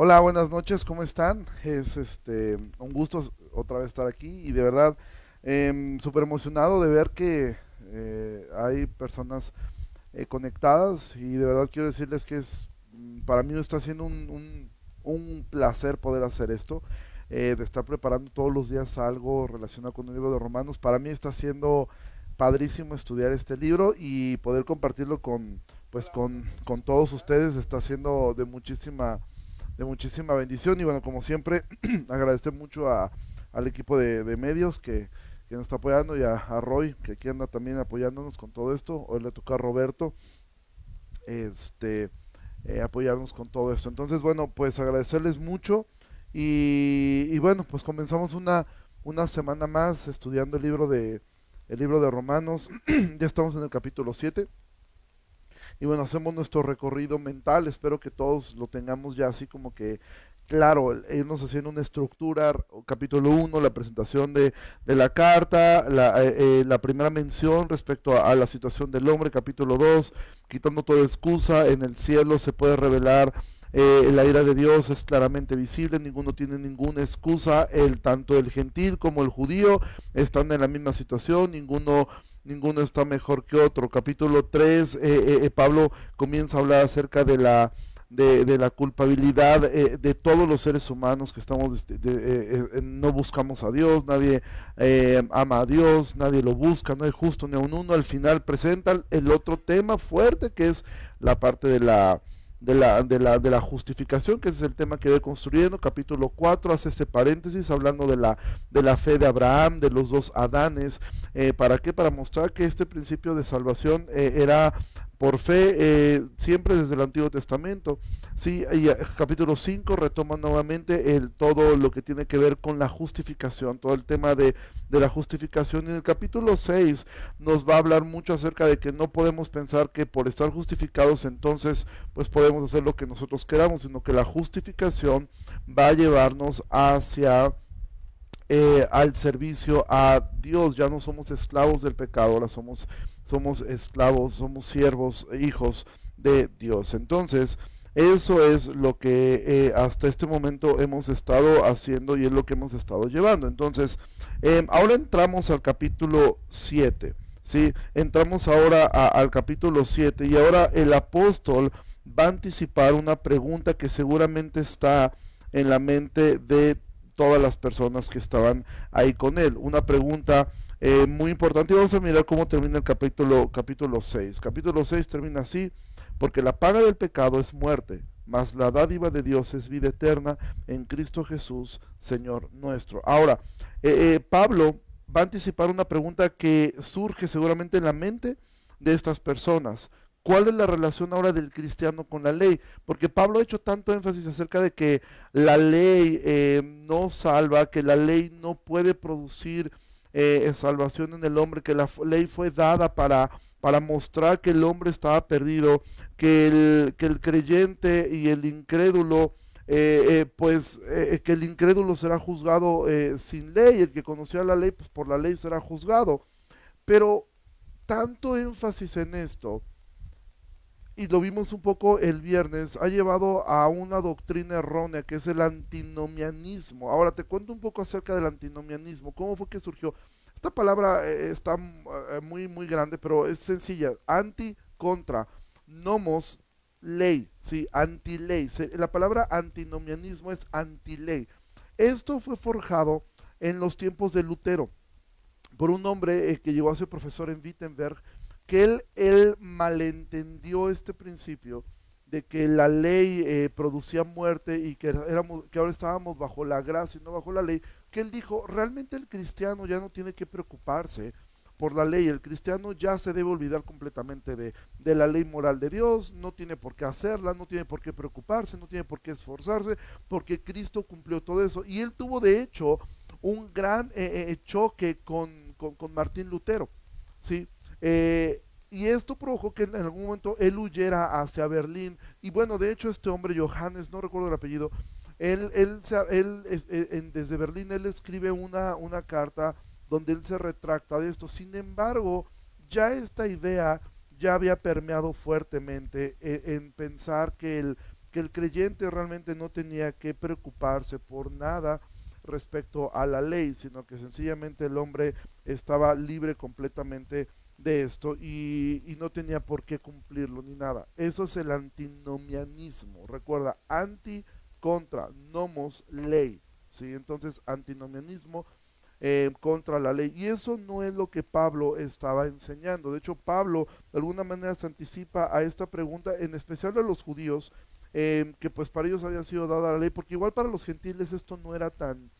Hola, buenas noches, ¿cómo están? Es un gusto otra vez estar aquí y de verdad súper emocionado de ver que hay personas conectadas y de verdad quiero decirles que para mí está siendo un placer poder hacer esto, de estar preparando todos los días algo relacionado con el libro de Romanos. Para mí está siendo padrísimo estudiar este libro y poder compartirlo con todos ustedes está siendo de muchísima bendición y bueno, como siempre, agradecer mucho al equipo de medios que nos está apoyando y a Roy, que aquí anda también apoyándonos con todo esto. Hoy le toca a Roberto este, apoyarnos con todo esto. Entonces, bueno, pues agradecerles mucho y bueno, pues comenzamos una semana más estudiando el libro de Romanos. Ya estamos en el capítulo 7 y bueno, hacemos nuestro recorrido mental. Espero que todos lo tengamos ya así como que claro, irnos haciendo una estructura. Capítulo uno, la presentación de la carta, la primera mención respecto a la situación del hombre. Capítulo 2, quitando toda excusa, en el cielo se puede revelar. La ira de Dios es claramente visible, ninguno tiene ninguna excusa, tanto el gentil como el judío están en la misma situación, ninguno está mejor que otro. Capítulo 3, Pablo comienza a hablar acerca de la culpabilidad de todos los seres humanos que estamos, no buscamos a Dios, nadie ama a Dios, nadie lo busca, no hay justo ni a un uno. Al final presenta el otro tema fuerte que es la parte de la justificación, que es el tema que voy construyendo. Capítulo 4 hace ese paréntesis hablando de la fe de Abraham, de los dos Adanes. ¿Para qué? Para mostrar que este principio de salvación era por fe, siempre desde el Antiguo Testamento. Sí, y capítulo 5 retoma nuevamente todo lo que tiene que ver con la justificación, todo el tema de la justificación. Y en el capítulo 6 nos va a hablar mucho acerca de que no podemos pensar que por estar justificados entonces pues podemos hacer lo que nosotros queramos, sino que la justificación va a llevarnos hacia al servicio a Dios. Ya no somos esclavos del pecado, ahora somos esclavos, somos siervos, hijos de Dios. Entonces, eso es lo que hasta este momento hemos estado haciendo y es lo que hemos estado llevando. Entonces, ahora entramos al capítulo 7. ¿Sí? Entramos ahora al capítulo 7 y ahora el apóstol va a anticipar una pregunta que seguramente está en la mente de todas las personas que estaban ahí con él. Una pregunta muy importante. Y vamos a mirar cómo termina el capítulo 6. Capítulo 6 termina así: porque la paga del pecado es muerte, mas la dádiva de Dios es vida eterna en Cristo Jesús, Señor nuestro. Ahora, Pablo va a anticipar una pregunta que surge seguramente en la mente de estas personas. ¿Cuál es la relación ahora del cristiano con la ley? Porque Pablo ha hecho tanto énfasis acerca de que la ley no salva, que la ley no puede producir salvación en el hombre, que la ley fue dada para mostrar que el hombre estaba perdido, que el creyente y el incrédulo, que el incrédulo será juzgado sin ley, el que conocía la ley, pues por la ley será juzgado. Pero tanto énfasis en esto, y lo vimos un poco el viernes, ha llevado a una doctrina errónea que es el antinomianismo. Ahora te cuento un poco acerca del antinomianismo, cómo fue que surgió. Esta palabra está muy, muy grande, pero es sencilla. Anti, contra, nomos, ley, sí, antiley. La palabra antinomianismo es antiley. Esto fue forjado en los tiempos de Lutero por un hombre que llegó a ser profesor en Wittenberg, que él malentendió este principio de que la ley producía muerte y que ahora estábamos bajo la gracia y no bajo la ley, que él dijo, realmente el cristiano ya no tiene que preocuparse por la ley, el cristiano ya se debe olvidar completamente de la ley moral de Dios, no tiene por qué hacerla, no tiene por qué preocuparse, no tiene por qué esforzarse, porque Cristo cumplió todo eso. Y él tuvo de hecho un gran choque con Martín Lutero, ¿sí? Y esto provocó que en algún momento él huyera hacia Berlín. Y bueno, de hecho este hombre, Johannes, no recuerdo el apellido, desde Berlín él escribe una carta donde él se retracta de esto. Sin embargo, ya esta idea ya había permeado fuertemente en pensar que el creyente realmente no tenía que preocuparse por nada respecto a la ley, sino que sencillamente el hombre estaba libre completamente de esto y no tenía por qué cumplirlo ni nada. Eso es el antinomianismo. Recuerda, anti contra, nomos ley. ¿Sí? Entonces, antinomianismo contra la ley. Y eso no es lo que Pablo estaba enseñando. De hecho, Pablo de alguna manera se anticipa a esta pregunta, en especial a los judíos, que pues para ellos había sido dada la ley, porque igual para los gentiles esto no era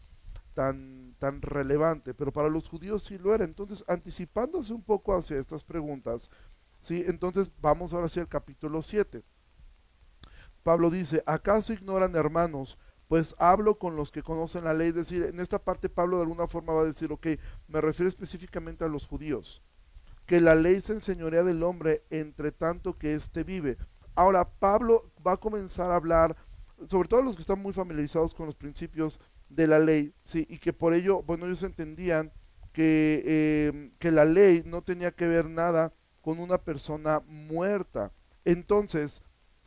tan relevante, pero para los judíos sí lo era. Entonces, anticipándose un poco hacia estas preguntas, ¿sí? Entonces, vamos ahora hacia el capítulo 7. Pablo dice, ¿acaso ignoran, hermanos? Pues hablo con los que conocen la ley. Es decir, en esta parte Pablo de alguna forma va a decir, ok, me refiero específicamente a los judíos, que la ley se enseñorea del hombre entre tanto que éste vive. Ahora, Pablo va a comenzar a hablar, sobre todo los que están muy familiarizados con los principios de la ley, ¿sí? Y que por ello, bueno, ellos entendían que la ley no tenía que ver nada con una persona muerta. Entonces,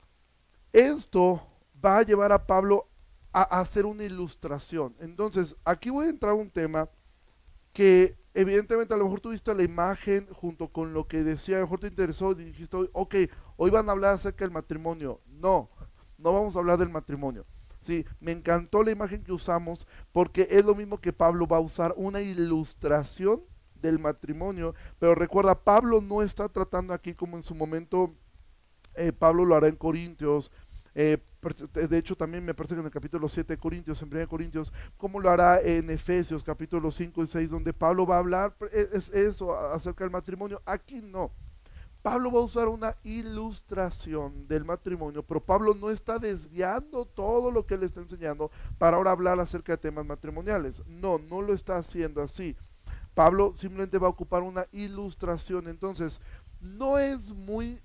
esto va a llevar a Pablo a hacer una ilustración. Entonces, aquí voy a entrar a un tema que evidentemente a lo mejor tuviste la imagen junto con lo que decía, a lo mejor te interesó y dijiste, ok, hoy van a hablar acerca del matrimonio. No, no vamos a hablar del matrimonio. Sí, me encantó la imagen que usamos porque es lo mismo que Pablo va a usar, una ilustración del matrimonio, pero recuerda, Pablo no está tratando aquí como en su momento Pablo lo hará en Corintios, de hecho también me parece que en el capítulo 7 de Corintios, en 1 Corintios, como lo hará en Efesios capítulo 5 y 6, donde Pablo va a hablar es eso acerca del matrimonio. Aquí no, Pablo va a usar una ilustración del matrimonio, pero Pablo no está desviando todo lo que él está enseñando para ahora hablar acerca de temas matrimoniales. No, no lo está haciendo así. Pablo simplemente va a ocupar una ilustración. Entonces, no es muy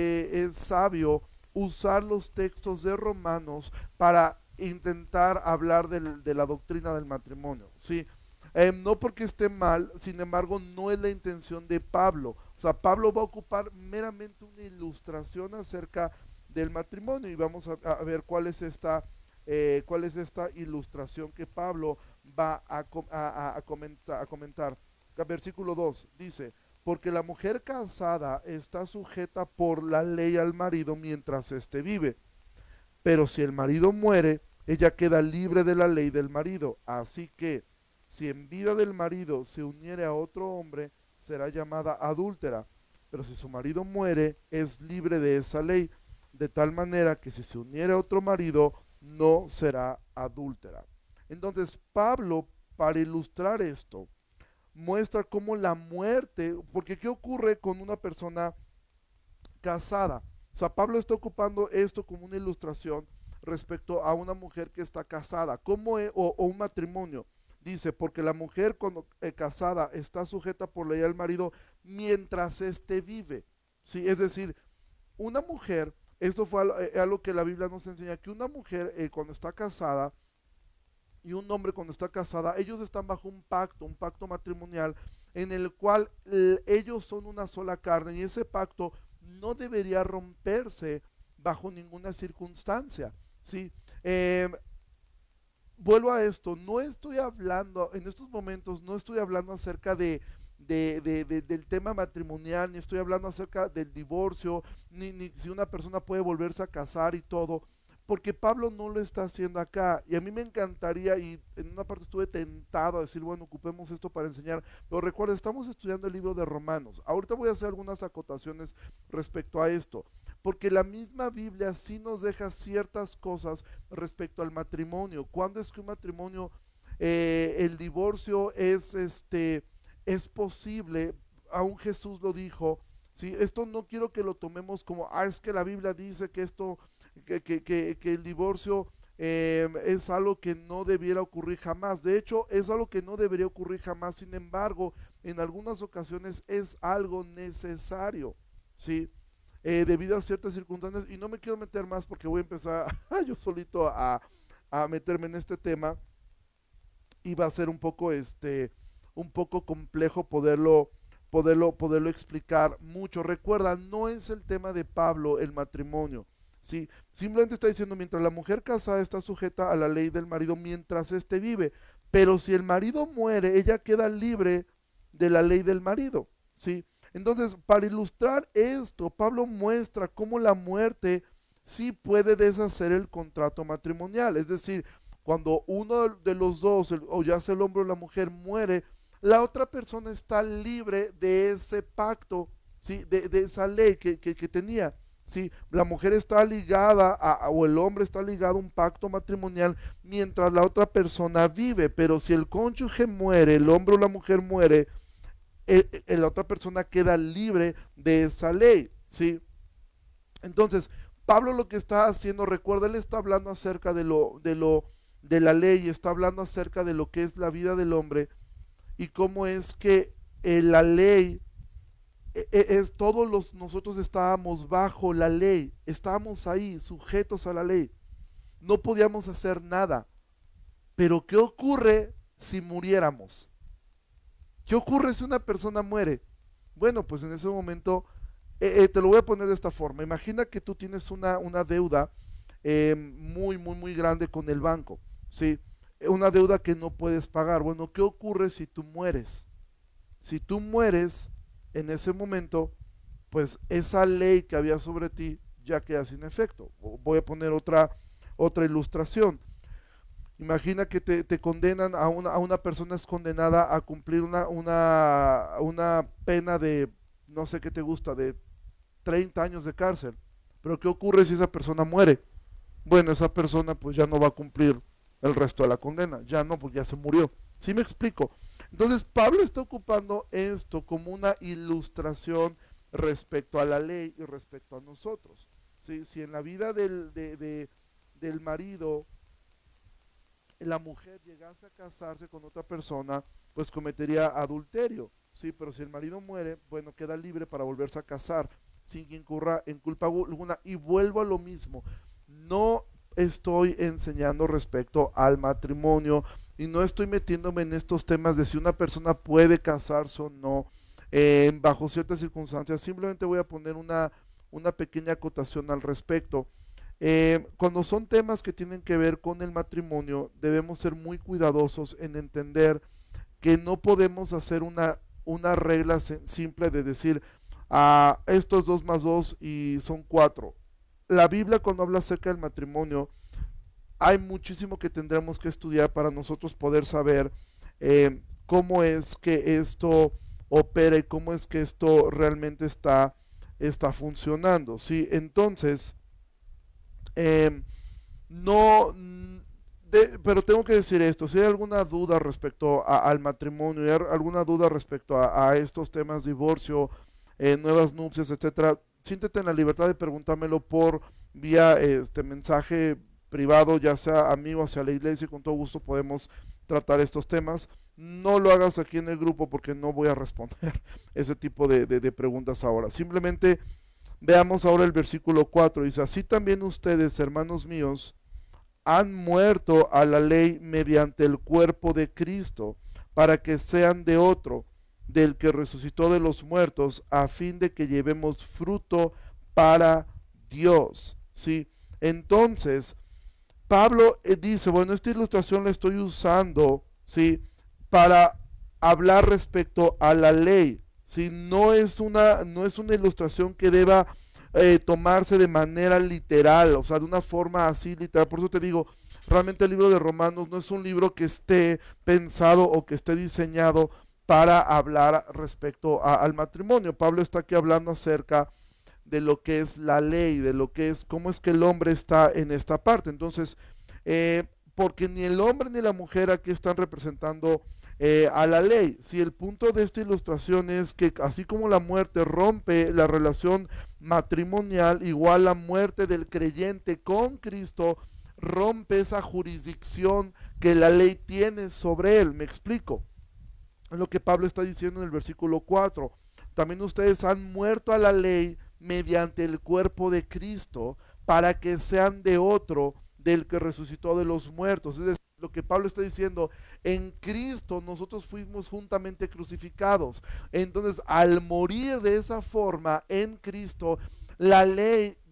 sabio usar los textos de Romanos para intentar hablar de la doctrina del matrimonio, ¿sí? No porque esté mal, sin embargo, no es la intención de Pablo. O sea, Pablo va a ocupar meramente una ilustración acerca del matrimonio y vamos a ver cuál es esta ilustración que Pablo va a comentar. Versículo 2 dice, porque la mujer casada está sujeta por la ley al marido mientras éste vive, pero si el marido muere, ella queda libre de la ley del marido. Así que, si en vida del marido se uniere a otro hombre, será llamada adúltera, pero si su marido muere, es libre de esa ley, de tal manera que si se uniere a otro marido, no será adúltera. Entonces, Pablo, para ilustrar esto, muestra cómo la muerte, porque ¿qué ocurre con una persona casada? O sea, Pablo está ocupando esto como una ilustración respecto a una mujer que está casada, o un matrimonio. Dice, porque la mujer cuando casada está sujeta por ley al marido mientras éste vive. ¿Sí? Es decir, una mujer, esto fue algo que la Biblia nos enseña, que una mujer cuando está casada y un hombre cuando está casada, ellos están bajo un pacto matrimonial en el cual ellos son una sola carne y ese pacto no debería romperse bajo ninguna circunstancia, ¿sí? Vuelvo a esto, no estoy hablando, en estos momentos no estoy hablando acerca del tema matrimonial, ni estoy hablando acerca del divorcio, ni si una persona puede volverse a casar y todo, porque Pablo no lo está haciendo acá. Y a mí me encantaría, y en una parte estuve tentado a decir, bueno, ocupemos esto para enseñar, pero recuerda, estamos estudiando el libro de Romanos. Ahorita voy a hacer algunas acotaciones respecto a esto, porque la misma Biblia sí nos deja ciertas cosas respecto al matrimonio. ¿Cuándo es que un matrimonio, el divorcio es posible? Aún Jesús lo dijo. ¿Sí? Esto no quiero que lo tomemos como, es que la Biblia dice que esto, que el divorcio es algo que no debiera ocurrir jamás. De hecho, es algo que no debería ocurrir jamás. Sin embargo, en algunas ocasiones es algo necesario, ¿sí? Debido a ciertas circunstancias, y no me quiero meter más porque voy a empezar yo solito a meterme en este tema y va a ser un poco complejo poderlo explicar mucho. Recuerda, no es el tema de Pablo el matrimonio, ¿sí? Simplemente está diciendo, mientras la mujer casada está sujeta a la ley del marido mientras éste vive, pero si el marido muere, ella queda libre de la ley del marido, ¿sí? Entonces, para ilustrar esto, Pablo muestra cómo la muerte sí puede deshacer el contrato matrimonial, es decir, cuando uno de los dos, o ya sea el hombre o la mujer, muere, la otra persona está libre de ese pacto, ¿sí? De esa ley que tenía. ¿Sí? La mujer está ligada o el hombre está ligado a un pacto matrimonial mientras la otra persona vive, pero si el cónyuge muere, el hombre o la mujer muere, la otra persona queda libre de esa ley, ¿sí? Entonces, Pablo lo que está haciendo, recuerda, él está hablando acerca de la ley, está hablando acerca de lo que es la vida del hombre y cómo es que la ley es nosotros estábamos bajo la ley, estábamos ahí sujetos a la ley, no podíamos hacer nada. Pero ¿qué ocurre si muriéramos? ¿Qué ocurre si una persona muere? Bueno, pues en ese momento, te lo voy a poner de esta forma. Imagina que tú tienes una deuda muy grande con el banco, ¿sí? Una deuda que no puedes pagar. Bueno, ¿qué ocurre si tú mueres? Si tú mueres en ese momento, pues esa ley que había sobre ti ya queda sin efecto. Voy a poner otra ilustración. Imagina que te condenan a una persona es condenada a cumplir una pena de, no sé qué te gusta, de 30 años de cárcel. Pero ¿qué ocurre si esa persona muere? Bueno, esa persona pues ya no va a cumplir el resto de la condena, ya no, porque ya se murió. ¿Sí me explico? Entonces Pablo está ocupando esto como una ilustración respecto a la ley y respecto a nosotros. ¿Sí? Si en la vida del marido la mujer llegase a casarse con otra persona, pues cometería adulterio, ¿sí? Pero si el marido muere, bueno, queda libre para volverse a casar sin que incurra en culpa alguna. Y vuelvo a lo mismo, no estoy enseñando respecto al matrimonio y no estoy metiéndome en estos temas de si una persona puede casarse o no bajo ciertas circunstancias. Simplemente voy a poner una pequeña acotación al respecto. Cuando son temas que tienen que ver con el matrimonio, debemos ser muy cuidadosos en entender que no podemos hacer una regla simple de decir, esto es 2 más 2 y son 4. La Biblia, cuando habla acerca del matrimonio, hay muchísimo que tendremos que estudiar para nosotros poder saber cómo es que esto opera y cómo es que esto realmente está funcionando, ¿sí? Entonces, no, pero tengo que decir esto, si hay alguna duda respecto al matrimonio, y hay alguna duda respecto a estos temas, divorcio, nuevas nupcias, etcétera, siéntete en la libertad de preguntármelo por vía mensaje privado, ya sea a mí o hacia la iglesia, y con todo gusto podemos tratar estos temas. No lo hagas aquí en el grupo porque no voy a responder ese tipo de preguntas ahora. Simplemente veamos ahora el versículo 4. Dice, así también ustedes, hermanos míos, han muerto a la ley mediante el cuerpo de Cristo, para que sean de otro, del que resucitó de los muertos, a fin de que llevemos fruto para Dios. ¿Sí? Entonces, Pablo dice, bueno, esta ilustración la estoy usando, ¿sí? Para hablar respecto a la ley. ¿Sí? No es una ilustración que deba tomarse de manera literal, o sea, de una forma así literal. Por eso te digo, realmente el libro de Romanos no es un libro que esté pensado o que esté diseñado para hablar respecto al matrimonio. Pablo está aquí hablando acerca de lo que es la ley, de lo que es, cómo es que el hombre está en esta parte. Entonces, porque ni el hombre ni la mujer aquí están representando a la ley. Si el punto de esta ilustración es que así como la muerte rompe la relación matrimonial, igual la muerte del creyente con Cristo rompe esa jurisdicción que la ley tiene sobre él. Me explico. Es lo que Pablo está diciendo en el versículo 4. También ustedes han muerto a la ley mediante el cuerpo de Cristo para que sean de otro, del que resucitó de los muertos. Es decir, lo que Pablo está diciendo, en Cristo nosotros fuimos juntamente crucificados. Entonces, al morir de esa forma en Cristo, la ley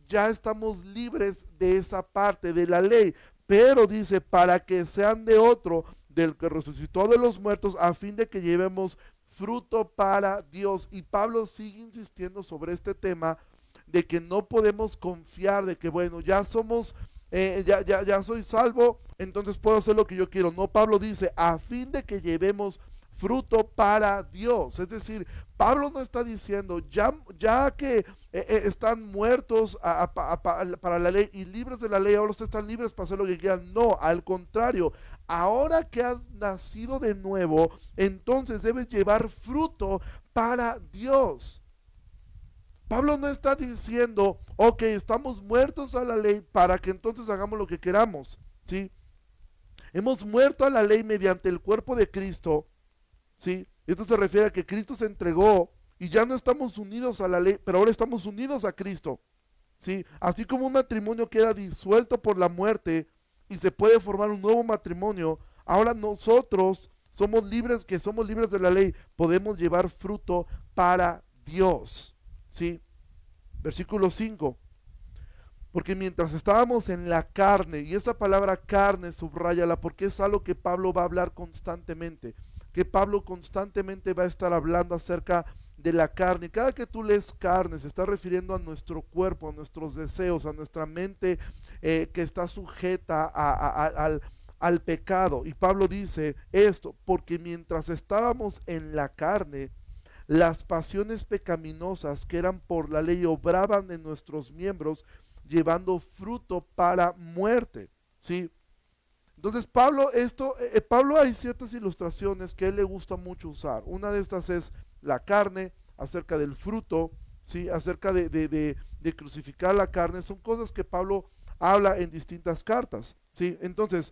ya estamos libres de esa parte de la ley. Pero dice, para que sean de otro, del que resucitó de los muertos, a fin de que llevemos fruto para Dios. Y Pablo sigue insistiendo sobre este tema de que no podemos confiar de que, bueno, ya somos, ya soy salvo, entonces puedo hacer lo que yo quiero. No, Pablo dice, a fin de que llevemos fruto para Dios. Es decir, Pablo no está diciendo, ya que están muertos para la ley y libres de la ley, ahora ustedes están libres para hacer lo que quieran. No, al contrario, ahora que has nacido de nuevo, entonces debes llevar fruto para Dios. Pablo no está diciendo, ok, estamos muertos a la ley para que entonces hagamos lo que queramos, ¿sí? Hemos muerto a la ley mediante el cuerpo de Cristo, ¿sí? Esto se refiere a que Cristo se entregó y ya no estamos unidos a la ley, pero ahora estamos unidos a Cristo, ¿sí? Así como un matrimonio queda disuelto por la muerte y se puede formar un nuevo matrimonio, ahora nosotros somos libres, que somos libres de la ley, podemos llevar fruto para Dios, ¿sí? Versículo 5. Porque mientras estábamos en la carne, y esa palabra carne, subráyala, porque es algo que Pablo va a hablar constantemente, que Pablo constantemente va a estar hablando acerca de la carne. Y cada que tú lees carne, se está refiriendo a nuestro cuerpo, a nuestros deseos, a nuestra mente que está sujeta al pecado. Y Pablo dice esto, porque mientras estábamos en la carne, las pasiones pecaminosas que eran por la ley obraban en nuestros miembros, llevando fruto para muerte, ¿sí? Entonces Pablo hay ciertas ilustraciones que a él le gusta mucho usar. Una de estas es la carne, acerca del fruto, ¿sí? Acerca de crucificar la carne. Son cosas que Pablo habla en distintas cartas, ¿sí? Entonces,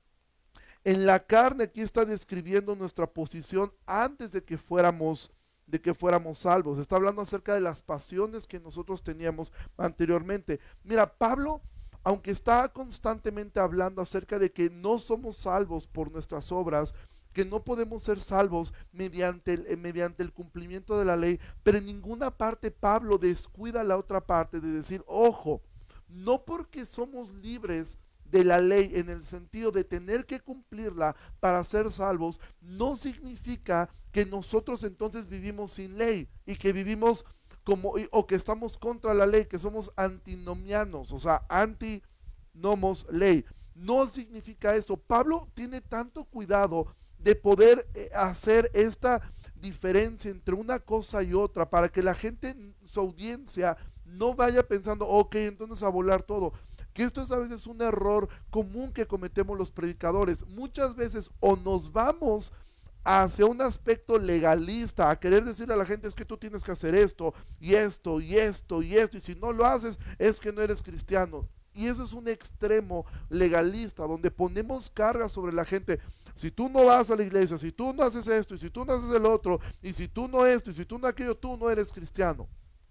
en la carne aquí está describiendo nuestra posición antes de que fuéramos salvos. Está hablando acerca de las pasiones que nosotros teníamos anteriormente. Mira, Pablo, aunque está constantemente hablando acerca de que no somos salvos por nuestras obras, que no podemos ser salvos mediante el cumplimiento de la ley, pero en ninguna parte Pablo descuida la otra parte de decir, ojo, no porque somos libres de la ley en el sentido de tener que cumplirla para ser salvos, no significa que nosotros entonces vivimos sin ley y que vivimos o que estamos contra la ley, que somos antinomianos, o sea, antinomos ley. No significa eso. Pablo tiene tanto cuidado de poder hacer esta diferencia entre una cosa y otra para que la gente, su audiencia, no vaya pensando, ok, entonces a volar todo. Que esto es a veces un error común que cometemos los predicadores. Muchas veces o nos vamos hacia un aspecto legalista, a querer decirle a la gente es que tú tienes que hacer esto, y esto, y esto, y esto, y si no lo haces es que no eres cristiano. Y eso es un extremo legalista, donde ponemos carga sobre la gente. Si tú no vas a la iglesia, si tú no haces esto, y si tú no haces el otro, y si tú no esto, y si tú no aquello, tú no eres cristiano.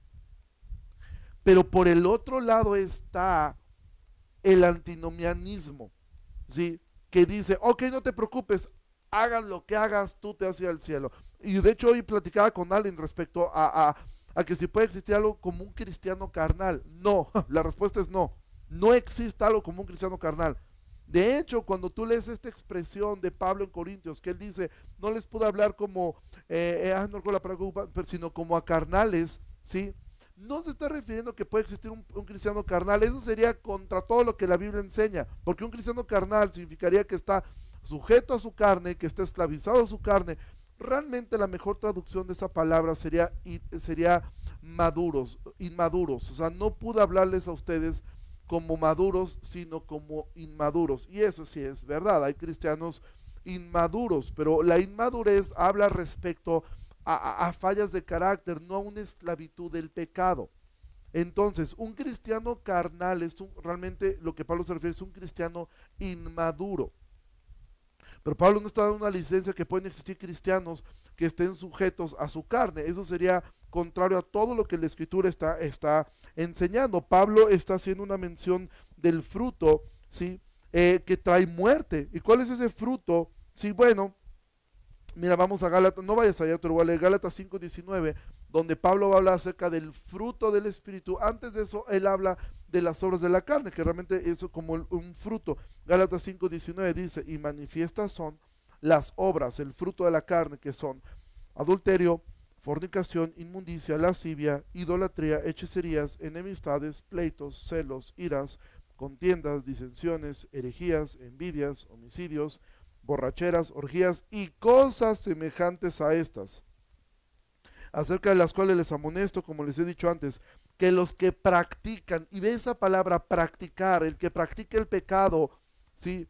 Pero por el otro lado está el antinomianismo, ¿sí? Que dice, ok, no te preocupes, hagas lo que hagas, tú te vas a ir al cielo. Y de hecho hoy platicaba con alguien respecto a que si puede existir algo como un cristiano carnal. No, la respuesta es no. No existe algo como un cristiano carnal. De hecho, cuando tú lees esta expresión de Pablo en Corintios, que él dice, no les puedo hablar como, no con la preocupa, sino como a carnales, ¿sí? No se está refiriendo que puede existir un cristiano carnal. Eso sería contra todo lo que la Biblia enseña, porque un cristiano carnal significaría que está sujeto a su carne, que está esclavizado a su carne. Realmente la mejor traducción de esa palabra sería inmaduros. O sea, no pude hablarles a ustedes como maduros, sino como inmaduros. Y eso sí es verdad, hay cristianos inmaduros, pero la inmadurez habla respecto a fallas de carácter, no a una esclavitud del pecado. Entonces, un cristiano carnal es realmente lo que Pablo se refiere, es un cristiano inmaduro. Pero Pablo no está dando una licencia que pueden existir cristianos que estén sujetos a su carne. Eso sería contrario a todo lo que la Escritura está enseñando. Pablo está haciendo una mención del fruto, ¿sí? Que trae muerte. ¿Y cuál es ese fruto? Sí, bueno, Mira, vamos a Gálatas, no vayas allá, te lo voy a leer, Gálatas 5:19, donde Pablo va a hablar acerca del fruto del Espíritu. Antes de eso, él habla de las obras de la carne, que realmente es como un fruto. Gálatas 5:19 dice, y manifiestas son las obras, el fruto de la carne, que son adulterio, fornicación, inmundicia, lascivia, idolatría, hechicerías, enemistades, pleitos, celos, iras, contiendas, disensiones, herejías, envidias, homicidios, borracheras, orgías y cosas semejantes a estas, acerca de las cuales les amonesto, como les he dicho antes, que los que practican, y ve esa palabra practicar, el que practica el pecado, ¿sí?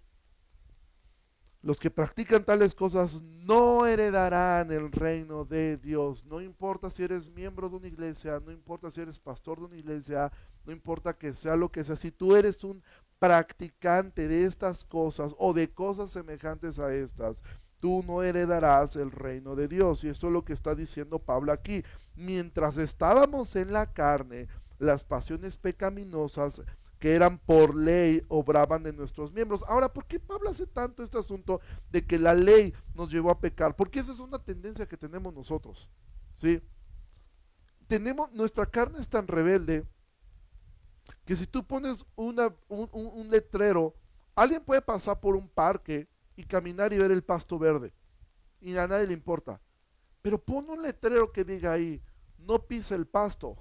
Los que practican tales cosas no heredarán el reino de Dios. No importa si eres miembro de una iglesia, no importa si eres pastor de una iglesia, no importa que sea lo que sea. Si tú eres un practicante de estas cosas o de cosas semejantes a estas, tú no heredarás el reino de Dios. Y esto es lo que está diciendo Pablo aquí. Mientras estábamos en la carne, las pasiones pecaminosas que eran por ley, obraban en nuestros miembros. Ahora, ¿por qué Pablo hace tanto este asunto de que la ley nos llevó a pecar? Porque esa es una tendencia que tenemos nosotros, ¿sí? Nuestra carne es tan rebelde que si tú pones un letrero, alguien puede pasar por un parque y caminar y ver el pasto verde, y a nadie le importa. Pero pon un letrero que diga ahí, no pise el pasto,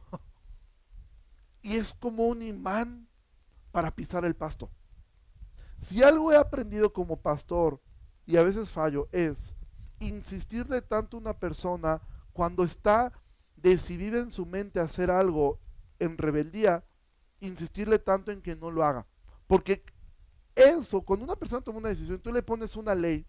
y es como un imán para pisar el pasto. Si algo he aprendido como pastor, y a veces fallo, es insistirle tanto a una persona cuando está decidida en su mente a hacer algo en rebeldía, insistirle tanto en que no lo haga. Porque eso, cuando una persona toma una decisión, tú le pones una ley,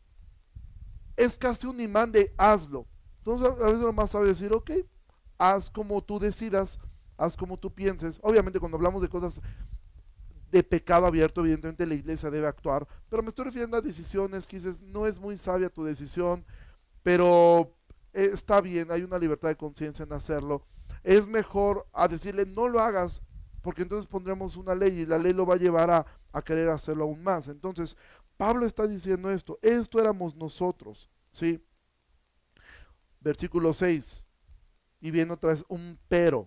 es casi un imán de hazlo. Entonces a veces lo más sabio es decir, ok, haz como tú decidas, haz como tú pienses. Obviamente cuando hablamos de cosas de pecado abierto, evidentemente la iglesia debe actuar, pero me estoy refiriendo a decisiones que dices, no es muy sabia tu decisión, pero está bien, hay una libertad de conciencia en hacerlo. Es mejor a decirle, no lo hagas, porque entonces pondremos una ley y la ley lo va a llevar a querer hacerlo aún más. Entonces, Pablo está diciendo esto éramos nosotros, ¿sí? Versículo 6, y viene otra vez un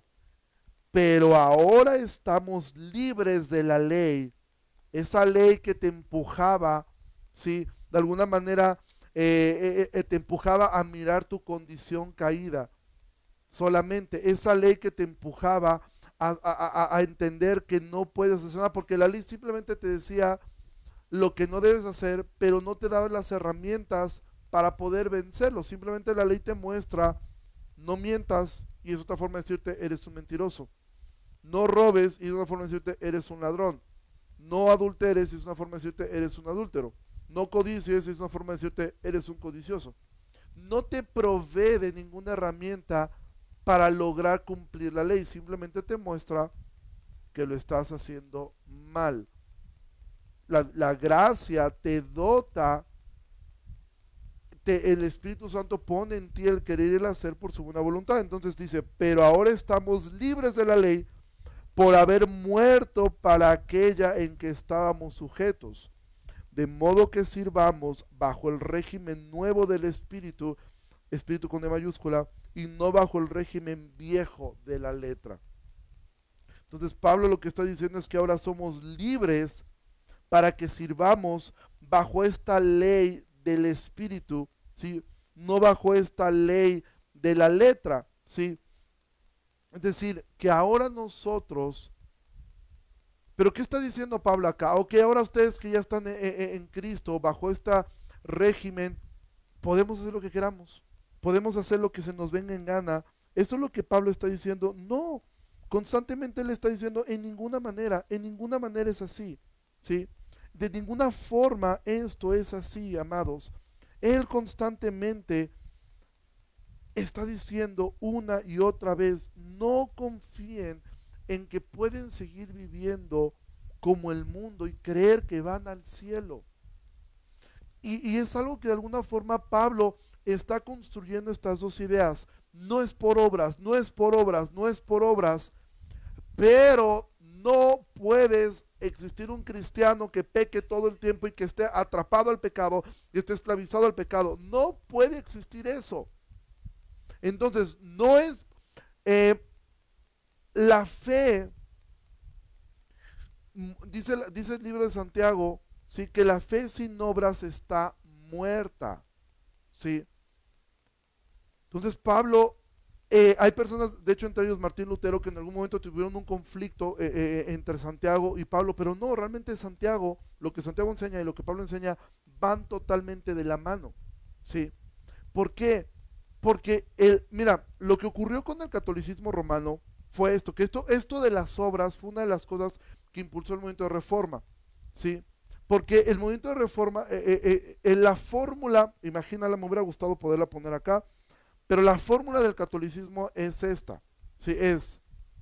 pero ahora estamos libres de la ley, esa ley que te empujaba, ¿sí? De alguna manera te empujaba a mirar tu condición caída, solamente esa ley que te empujaba a entender que no puedes hacer nada, porque la ley simplemente te decía lo que no debes hacer, pero no te daba las herramientas para poder vencerlo. Simplemente la ley te muestra, no mientas, y es otra forma de decirte, eres un mentiroso. No robes, y es una forma de decirte, eres un ladrón. No adulteres, y es una forma de decirte, eres un adúltero. No codicies, y es una forma de decirte, eres un codicioso. No te provee de ninguna herramienta para lograr cumplir la ley, simplemente te muestra que lo estás haciendo mal. La gracia te dota, el Espíritu Santo pone en ti el querer y el hacer por su buena voluntad. Entonces dice, pero ahora estamos libres de la ley por haber muerto para aquella en que estábamos sujetos, de modo que sirvamos bajo el régimen nuevo del Espíritu, Espíritu con E mayúscula, y no bajo el régimen viejo de la letra. Entonces Pablo lo que está diciendo es que ahora somos libres para que sirvamos bajo esta ley del Espíritu, ¿sí? No bajo esta ley de la letra, ¿sí? Es decir, que ahora nosotros, pero ¿qué está diciendo Pablo acá? Ok, ahora ustedes que ya están en Cristo, bajo este régimen, podemos hacer lo que queramos, podemos hacer lo que se nos venga en gana. Eso es lo que Pablo está diciendo. No, constantemente él está diciendo, en ninguna manera es así, ¿sí? De ninguna forma esto es así, amados. Él constantemente está diciendo una y otra vez, no confíen en que pueden seguir viviendo como el mundo y creer que van al cielo. Y es algo que de alguna forma Pablo está construyendo estas dos ideas. No es por obras, no es por obras, no es por obras, pero No puedes existir un cristiano que peque todo el tiempo y que esté atrapado al pecado y esté esclavizado al pecado. No puede existir eso. Entonces, no es la fe, dice el libro de Santiago, ¿sí? Que la fe sin obras está muerta. ¿Sí? Entonces Pablo, hay personas, de hecho entre ellos Martín Lutero, que en algún momento tuvieron un conflicto entre Santiago y Pablo, pero no, realmente Santiago, lo que Santiago enseña y lo que Pablo enseña van totalmente de la mano. ¿Sí? ¿Por qué? Porque, mira, lo que ocurrió con el catolicismo romano fue esto, que esto de las obras fue una de las cosas que impulsó el movimiento de reforma. ¿Sí? Porque el movimiento de reforma, en la fórmula, imagínala, me hubiera gustado poderla poner acá, pero la fórmula del catolicismo es esta, ¿sí? Es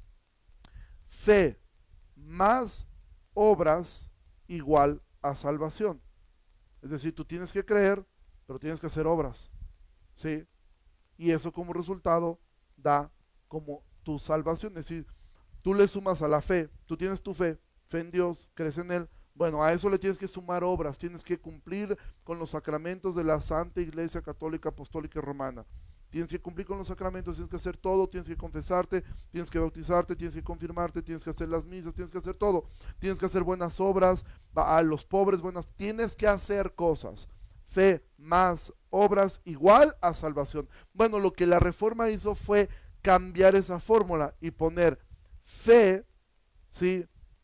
fe más obras igual a salvación. Es decir, tú tienes que creer, pero tienes que hacer obras, ¿sí? Y eso como resultado da como tu salvación. Es decir, tú le sumas a la fe, tú tienes tu fe, fe en Dios, crees en Él. Bueno, a eso le tienes que sumar obras, tienes que cumplir con los sacramentos de la Santa Iglesia Católica, Apostólica y Romana. Tienes que cumplir con los sacramentos, tienes que hacer todo, tienes que confesarte, tienes que bautizarte, tienes que confirmarte, tienes que hacer las misas, tienes que hacer todo. Tienes que hacer buenas obras, a los pobres buenas, tienes que hacer cosas. Fe más obras igual a salvación. Bueno, lo que la reforma hizo fue cambiar esa fórmula y poner fe, ¿sí?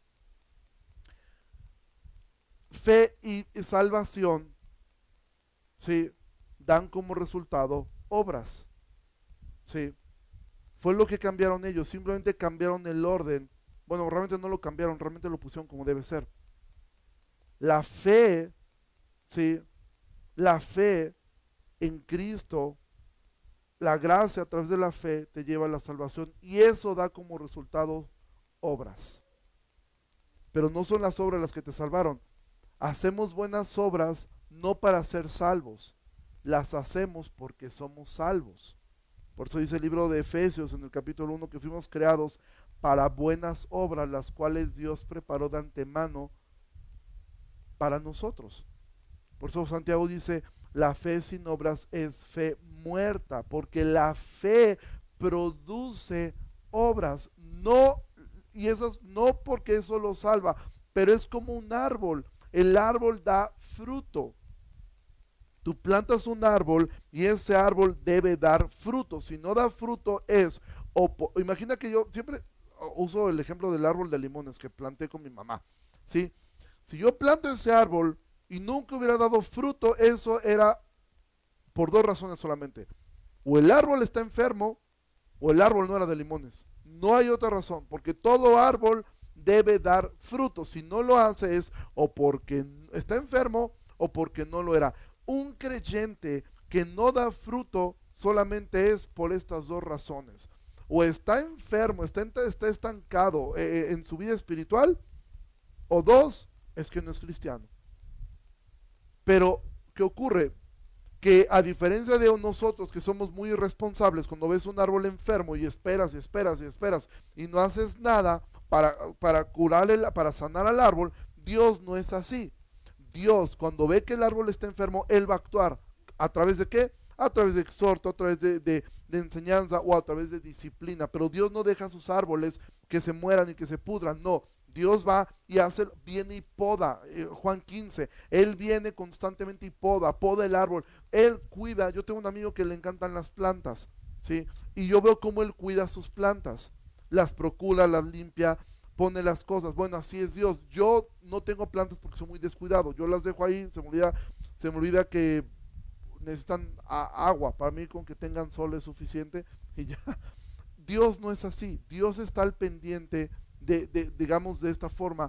Fe y salvación, ¿sí? Dan como resultado obras, ¿sí? Fue lo que cambiaron ellos, simplemente cambiaron el orden. Bueno, realmente no lo cambiaron, realmente lo pusieron como debe ser. La fe, ¿sí? La fe en Cristo, la gracia a través de la fe te lleva a la salvación y eso da como resultado obras. Pero no son las obras las que te salvaron. Hacemos buenas obras no para ser salvos, las hacemos porque somos salvos. Por eso dice el libro de Efesios en el capítulo 1 que fuimos creados para buenas obras, las cuales Dios preparó de antemano para nosotros. Por eso Santiago dice, la fe sin obras es fe muerta, porque la fe produce obras, no, y esas no porque eso lo salva, pero es como un árbol, el árbol da fruto. Tú plantas un árbol y ese árbol debe dar fruto. Si no da fruto es, imagina que yo siempre uso el ejemplo del árbol de limones que planté con mi mamá, ¿sí? Si yo planto ese árbol y nunca hubiera dado fruto, eso era por dos razones solamente. O el árbol está enfermo o el árbol no era de limones. No hay otra razón, porque todo árbol debe dar fruto. Si no lo hace es o porque está enfermo o porque no lo era. Un creyente que no da fruto solamente es por estas dos razones. O está enfermo, está estancado en su vida espiritual, o dos, es que no es cristiano. Pero, ¿qué ocurre? Que a diferencia de nosotros que somos muy irresponsables, cuando ves un árbol enfermo y esperas y esperas y esperas y no haces nada para curarle, para sanar al árbol, Dios no es así. Dios, cuando ve que el árbol está enfermo, Él va a actuar. ¿A través de qué? A través de exhorto, a través de enseñanza o a través de disciplina. Pero Dios no deja sus árboles que se mueran y que se pudran, no. Dios va y hace, viene y poda, Juan 15, Él viene constantemente y poda el árbol, Él cuida. Yo tengo un amigo que le encantan las plantas, ¿sí? Y yo veo cómo Él cuida sus plantas, las procura, las limpia, pone las cosas. Bueno, así es Dios. Yo no tengo plantas porque soy muy descuidado, yo las dejo ahí, se me olvida que necesitan agua, para mí con que tengan sol es suficiente y ya. Dios no es así, Dios está al pendiente digamos de esta forma,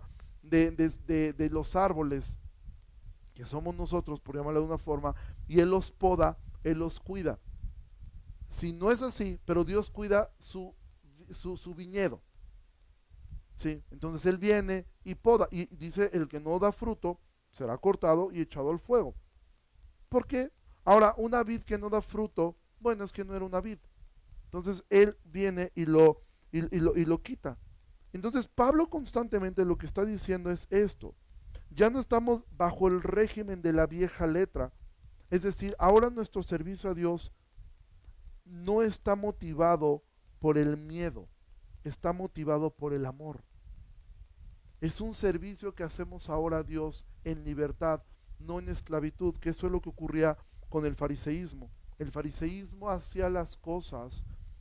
de los árboles que somos nosotros, por llamarlo de una forma, y Él los poda, Él los cuida. Si no es así, pero Dios cuida su viñedo, ¿sí? Entonces Él viene y poda, y dice, el que no da fruto será cortado y echado al fuego. ¿Por qué? Ahora, una vid que no da fruto, bueno, es que no era una vid. Entonces Él viene y lo quita. Entonces Pablo constantemente lo que está diciendo es esto: ya no estamos bajo el régimen de la vieja letra, es decir, ahora nuestro servicio a Dios no está motivado por el miedo, está motivado por el amor. Es un servicio que hacemos ahora a Dios en libertad, no en esclavitud, que eso es lo que ocurría con el fariseísmo. El fariseísmo hacía las cosas,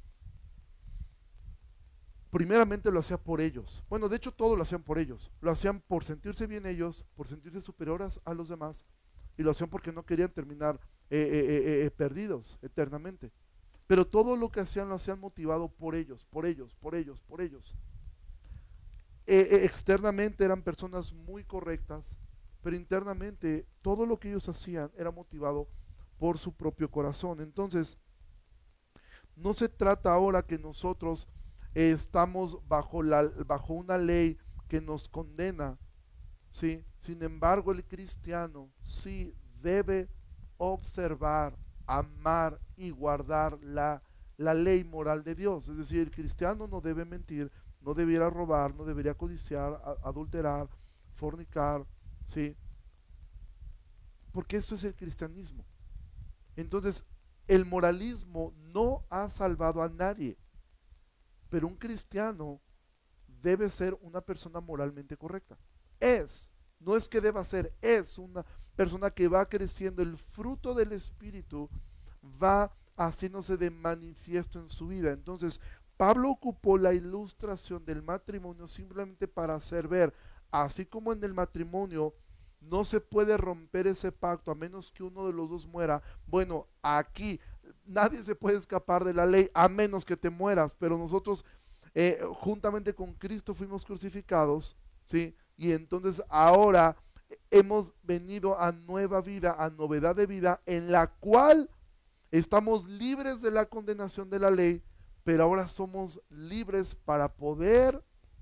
primeramente lo hacía por ellos. Bueno, de hecho todo lo hacían por ellos. Lo hacían por sentirse bien ellos, por sentirse superiores a los demás, y lo hacían porque no querían terminar perdidos eternamente. Pero todo lo que hacían lo hacían motivado por ellos, por ellos, por ellos, por ellos. Externamente eran personas muy correctas, pero internamente todo lo que ellos hacían era motivado por su propio corazón. Entonces, no se trata ahora que nosotros estamos bajo una ley que nos condena, ¿sí? Sin embargo, el cristiano sí debe observar, amar y guardar la ley moral de Dios. Es decir, el cristiano no debe mentir, no debiera robar, no debería codiciar, adulterar, fornicar, ¿sí? Porque eso es el cristianismo. Entonces, el moralismo no ha salvado a nadie, pero un cristiano debe ser una persona moralmente correcta. No es que deba ser, es una persona que va creciendo, el fruto del Espíritu va haciéndose de manifiesto en su vida. Entonces, Pablo ocupó la ilustración del matrimonio simplemente para hacer ver, así como en el matrimonio no se puede romper ese pacto a menos que uno de los dos muera. Bueno, aquí nadie se puede escapar de la ley a menos que te mueras, pero nosotros juntamente con Cristo fuimos crucificados, ¿sí? Y entonces ahora hemos venido a nueva vida, a novedad de vida, en la cual estamos libres de la condenación de la ley, pero ahora somos libres para poder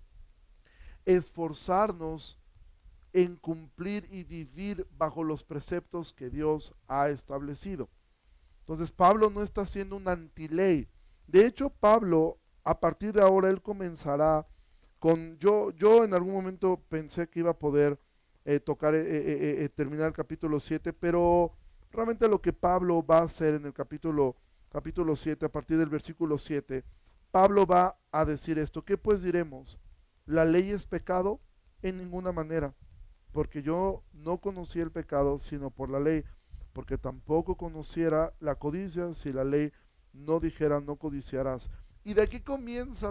esforzarnos en cumplir y vivir bajo los preceptos que Dios ha establecido. Entonces Pablo no está haciendo una antiley. De hecho, Pablo, a partir de ahora, él comenzará con, yo en algún momento pensé que iba a poder terminar el capítulo 7, pero realmente lo que Pablo va a hacer en el capítulo 7, a partir del versículo 7, Pablo va a decir esto: ¿qué pues diremos? ¿La ley es pecado? En ninguna manera, porque yo no conocí el pecado sino por la ley, porque tampoco conociera la codicia si la ley no dijera no codiciarás. Y de aquí comienza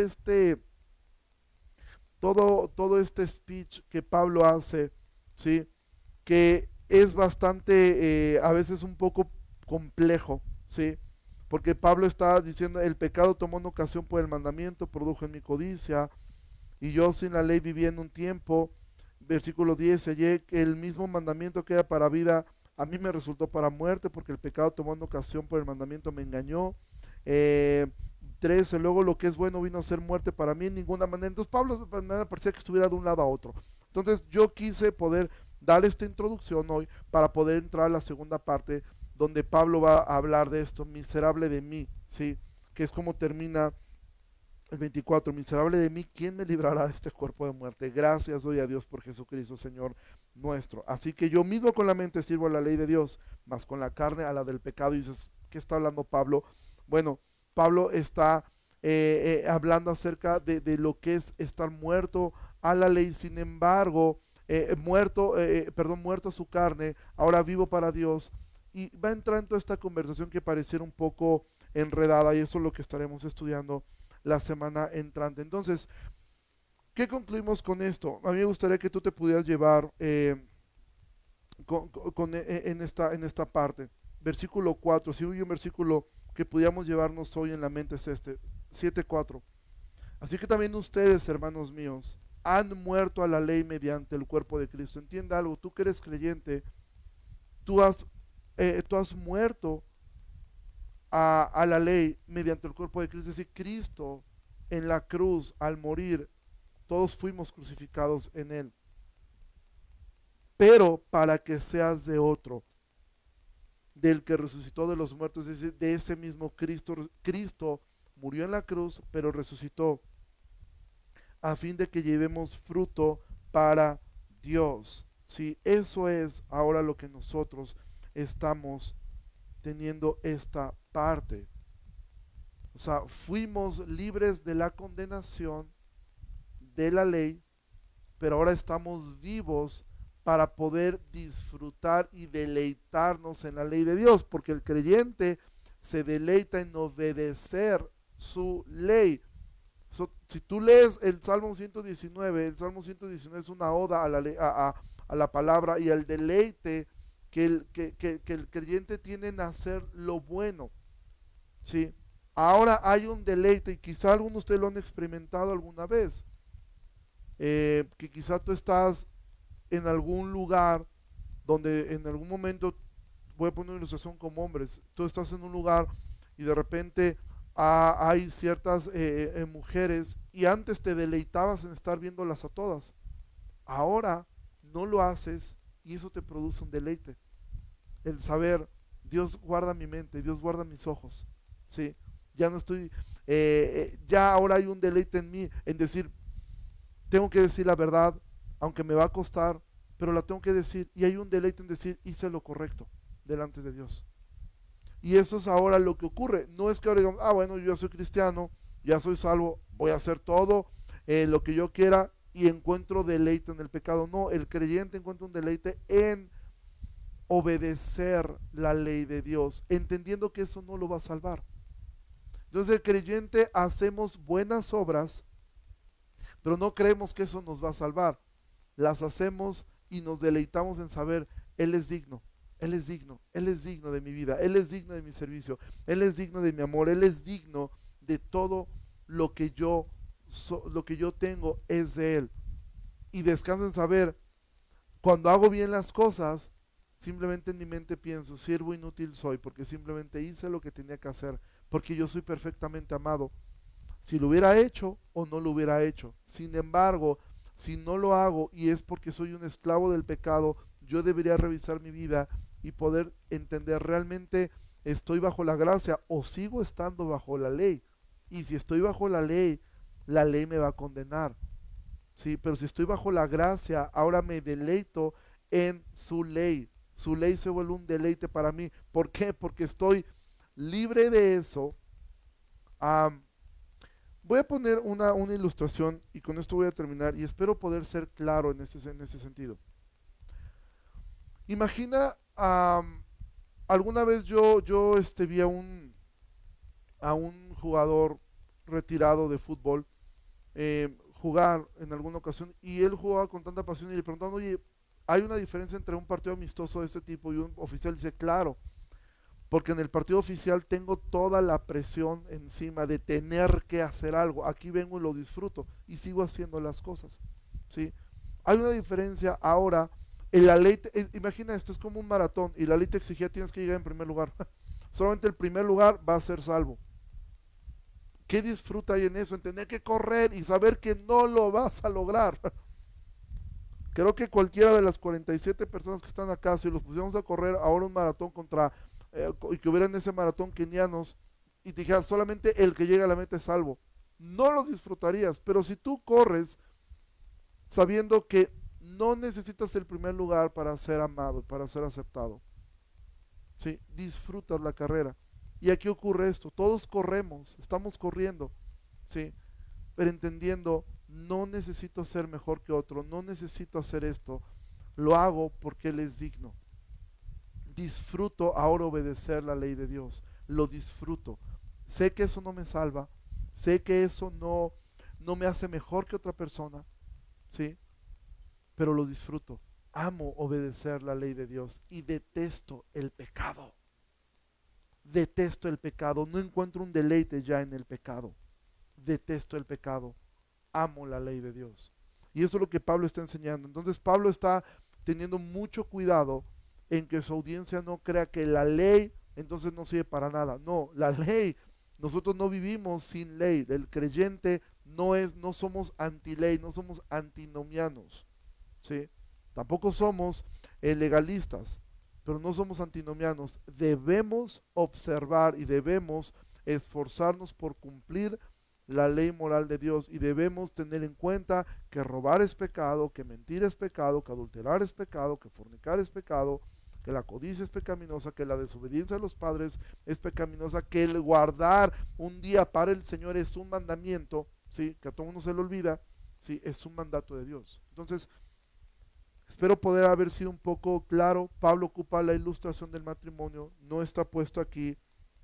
todo este speech que Pablo hace, ¿sí? Que es bastante, a veces un poco complejo, ¿sí? Porque Pablo está diciendo: el pecado tomó una ocasión por el mandamiento, produjo en mi codicia, y yo sin la ley vivía en un tiempo. Versículo 10, hallé que el mismo mandamiento que era para vida, a mí me resultó para muerte, porque el pecado tomando ocasión por el mandamiento me engañó. 13, luego lo que es bueno vino a ser muerte para mí en ninguna manera. Entonces Pablo parecía que estuviera de un lado a otro. Entonces yo quise poder dar esta introducción hoy para poder entrar a la segunda parte, donde Pablo va a hablar de esto: miserable de mí, ¿sí? Que es como termina el 24, miserable de mí, ¿quién me librará de este cuerpo de muerte? Gracias doy a Dios por Jesucristo, Señor nuestro. Así que yo mismo con la mente sirvo a la ley de Dios, mas con la carne a la del pecado. Y dices, ¿qué está hablando Pablo? Bueno, Pablo está hablando acerca de lo que es estar muerto a la ley. Sin embargo, muerto a su carne, ahora vivo para Dios. Y va a entrar en toda esta conversación que pareciera un poco enredada, y eso es lo que estaremos estudiando la semana entrante. Entonces, ¿qué concluimos con esto? A mí me gustaría que tú te pudieras llevar en esta parte. Versículo 4, si hubo un versículo que pudiéramos llevarnos hoy en la mente, es este, 7:4. Así que también ustedes, hermanos míos, han muerto a la ley mediante el cuerpo de Cristo. Entienda algo: tú que eres creyente, tú has muerto a la ley mediante el cuerpo de Cristo. Es decir, Cristo en la cruz, al morir, todos fuimos crucificados en él, pero para que seas de otro, del que resucitó de los muertos, es decir, de ese mismo Cristo. Cristo murió en la cruz, pero resucitó. a fin de que llevemos fruto para Dios. Sí, eso es ahora lo que nosotros estamos teniendo esta parte. O sea, fuimos libres de la condenación de la ley, pero ahora estamos vivos para poder disfrutar y deleitarnos en la ley de Dios, porque el creyente se deleita en obedecer su ley. Si tú lees el Salmo 119, el Salmo 119 es una oda a la, a la palabra y al deleite que el creyente tiene en hacer lo bueno. ¿Sí? Ahora hay un deleite, y quizá algunos de ustedes lo han experimentado alguna vez, que quizá tú estás en algún lugar donde en algún momento, voy a poner una ilustración como hombres, tú estás en un lugar y de repente hay ciertas mujeres y antes te deleitabas en estar viéndolas a todas, ahora no lo haces y eso te produce un deleite, el saber, Dios guarda mi mente, Dios guarda mis ojos, ¿sí? Ya no estoy, ya ahora hay un deleite en mí, en decir, tengo que decir la verdad, aunque me va a costar, pero la tengo que decir, y hay un deleite en decir, hice lo correcto delante de Dios. Y eso es ahora lo que ocurre. No es que ahora digamos, bueno, yo ya soy cristiano, ya soy salvo, voy a hacer todo lo que yo quiera y encuentro deleite en el pecado. No, el creyente encuentra un deleite en obedecer la ley de Dios, entendiendo que eso no lo va a salvar. Entonces el creyente hacemos buenas obras, pero no creemos que eso nos va a salvar. Las hacemos y nos deleitamos en saber, Él es digno, Él es digno, Él es digno de mi vida, Él es digno de mi servicio, Él es digno de mi amor, Él es digno de todo lo que lo que yo tengo es de Él. Y descanso en saber, cuando hago bien las cosas, simplemente en mi mente pienso, siervo inútil soy, porque simplemente hice lo que tenía que hacer, porque yo soy perfectamente amado. Si lo hubiera hecho o no lo hubiera hecho. Sin embargo, si no lo hago y es porque soy un esclavo del pecado, yo debería revisar mi vida y poder entender realmente estoy bajo la gracia o sigo estando bajo la ley. Y si estoy bajo la ley me va a condenar. Sí, pero si estoy bajo la gracia, ahora me deleito en su ley. Su ley se vuelve un deleite para mí. ¿Por qué? Porque estoy libre de eso. Voy a poner una ilustración y con esto voy a terminar y espero poder ser claro en ese sentido. Imagina, alguna vez yo vi a un jugador retirado de fútbol jugar en alguna ocasión y él jugaba con tanta pasión y le preguntaban, oye, ¿hay una diferencia entre un partido amistoso de este tipo y un oficial? Dice, claro, porque en el partido oficial tengo toda la presión encima de tener que hacer algo. Aquí vengo y lo disfruto y sigo haciendo las cosas, ¿sí? Hay una diferencia ahora. En la ley, imagina esto, es como un maratón y la ley te exigía tienes que llegar en primer lugar. Solamente el primer lugar va a ser salvo. ¿Qué disfruta hay en eso? En tener que correr y saber que no lo vas a lograr. Creo que cualquiera de las 47 personas que están acá, si los pusiéramos a correr ahora un maratón contra y que hubiera en ese maratón kenianos y te dijeras solamente el que llega a la meta es salvo, no lo disfrutarías. Pero si tú corres sabiendo que no necesitas el primer lugar para ser amado, para ser aceptado, ¿sí? Disfrutas la carrera. Y aquí ocurre esto, todos corremos, estamos corriendo, ¿sí? Pero entendiendo, no necesito ser mejor que otro, no necesito hacer esto, lo hago porque Él es digno. Disfruto ahora obedecer la ley de Dios, lo disfruto. Sé que eso no me salva, sé que eso no me hace mejor que otra persona, ¿sí? Pero lo disfruto. Amo obedecer la ley de Dios y detesto el pecado. Detesto el pecado, no encuentro un deleite ya en el pecado. Detesto el pecado, amo la ley de Dios. Y eso es lo que Pablo está enseñando. Entonces Pablo está teniendo mucho cuidado en que su audiencia no crea que la ley entonces no sirve para nada. No, la ley, nosotros no vivimos sin ley. El creyente no somos anti-ley, no somos antinomianos, ¿sí? Tampoco somos legalistas, pero no somos antinomianos. Debemos observar y debemos esforzarnos por cumplir la ley moral de Dios, y debemos tener en cuenta que robar es pecado, que mentir es pecado, que adulterar es pecado, que fornicar es pecado, que la codicia es pecaminosa, que la desobediencia a los padres es pecaminosa, que el guardar un día para el Señor es un mandamiento, ¿sí? Que a todo mundo se le olvida, ¿sí? Es un mandato de Dios. Entonces, espero poder haber sido un poco claro. Pablo ocupa la ilustración del matrimonio, no está puesto aquí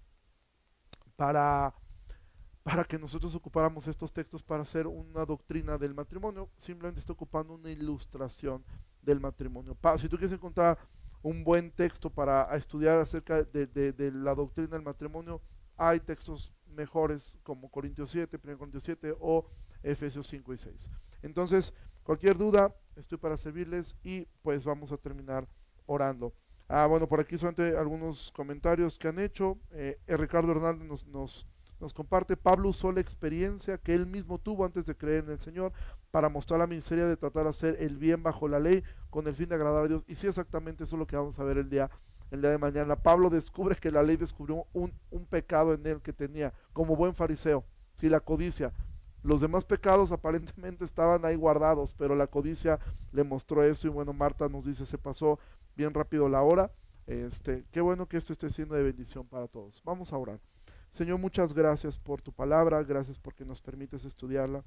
para que nosotros ocupáramos estos textos para hacer una doctrina del matrimonio, simplemente está ocupando una ilustración del matrimonio. Si tú quieres encontrar un buen texto para estudiar acerca de la doctrina del matrimonio, hay textos mejores como Corintios 7, 1 Corintios 7 o Efesios 5 y 6. Entonces, cualquier duda, estoy para servirles y pues vamos a terminar orando. Bueno, por aquí solamente algunos comentarios que han hecho. Ricardo Hernández nos comparte: Pablo usó la experiencia que él mismo tuvo antes de creer en el Señor para mostrar la miseria de tratar de hacer el bien bajo la ley con el fin de agradar a Dios. Y sí, exactamente eso es lo que vamos a ver el día de mañana. Pablo descubre que la ley descubrió un pecado en él que tenía, como buen fariseo, sí, la codicia. Los demás pecados aparentemente estaban ahí guardados, pero la codicia le mostró eso. Y bueno, Marta nos dice: se pasó bien rápido la hora. Qué bueno que esto esté siendo de bendición para todos. Vamos a orar. Señor, muchas gracias por tu palabra, gracias porque nos permites estudiarla.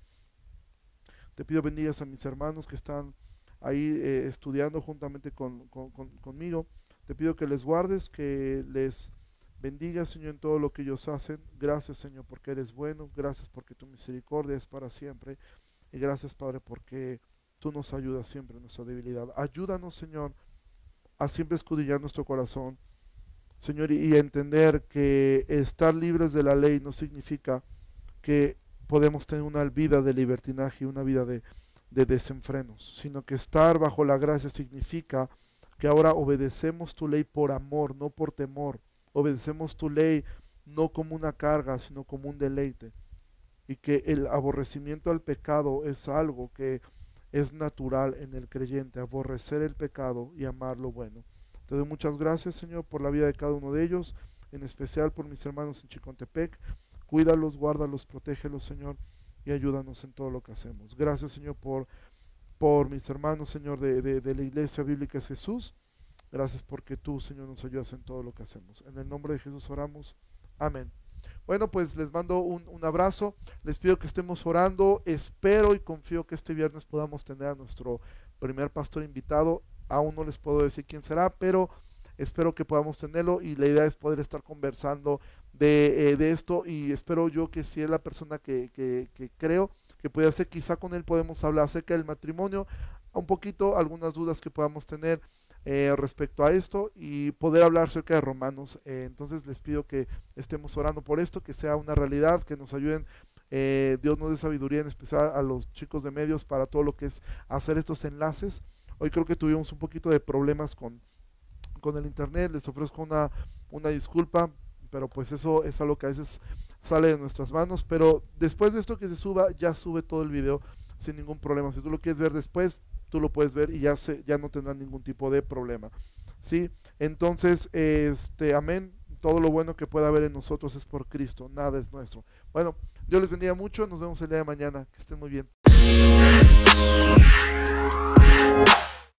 Te pido bendigas a mis hermanos que están ahí estudiando juntamente conmigo. Te pido que les guardes, que les bendigas, Señor, en todo lo que ellos hacen. Gracias, Señor, porque eres bueno. Gracias porque tu misericordia es para siempre. Y gracias, Padre, porque tú nos ayudas siempre en nuestra debilidad. Ayúdanos, Señor, a siempre escudriñar nuestro corazón, Señor, y entender que estar libres de la ley no significa que podemos tener una vida de libertinaje y una vida de desenfrenos, sino que estar bajo la gracia significa que ahora obedecemos tu ley por amor, no por temor. Obedecemos tu ley no como una carga, sino como un deleite. Y que el aborrecimiento al pecado es algo que es natural en el creyente, aborrecer el pecado y amar lo bueno. Te doy muchas gracias, Señor, por la vida de cada uno de ellos, en especial por mis hermanos en Chicontepec. Cuídalos, guárdalos, protégelos, Señor, y ayúdanos en todo lo que hacemos. Gracias, Señor, por mis hermanos, Señor, de la Iglesia Bíblica es Jesús. Gracias porque tú, Señor, nos ayudas en todo lo que hacemos. En el nombre de Jesús oramos. Amén. Bueno, pues les mando un abrazo. Les pido que estemos orando. Espero y confío que este viernes podamos tener a nuestro primer pastor invitado. Aún no les puedo decir quién será, pero espero que podamos tenerlo, y la idea es poder estar conversando de esto, y espero yo que si es la persona que creo que puede ser, quizá con él podemos hablar acerca del matrimonio, un poquito, algunas dudas que podamos tener respecto a esto, y poder hablar acerca de Romanos. Entonces les pido que estemos orando por esto, que sea una realidad, que nos ayuden. Dios nos dé sabiduría, en especial a los chicos de medios, para todo lo que es hacer estos enlaces. Hoy creo que tuvimos un poquito de problemas con el internet, les ofrezco una disculpa, pero pues eso es algo que a veces sale de nuestras manos. Pero después de esto que se suba, ya sube todo el video sin ningún problema. Si tú lo quieres ver después, tú lo puedes ver y ya no tendrá ningún tipo de problema, ¿sí? Entonces, amén. Todo lo bueno que pueda haber en nosotros es por Cristo, nada es nuestro. Bueno, Dios les bendiga mucho, nos vemos el día de mañana, que estén muy bien.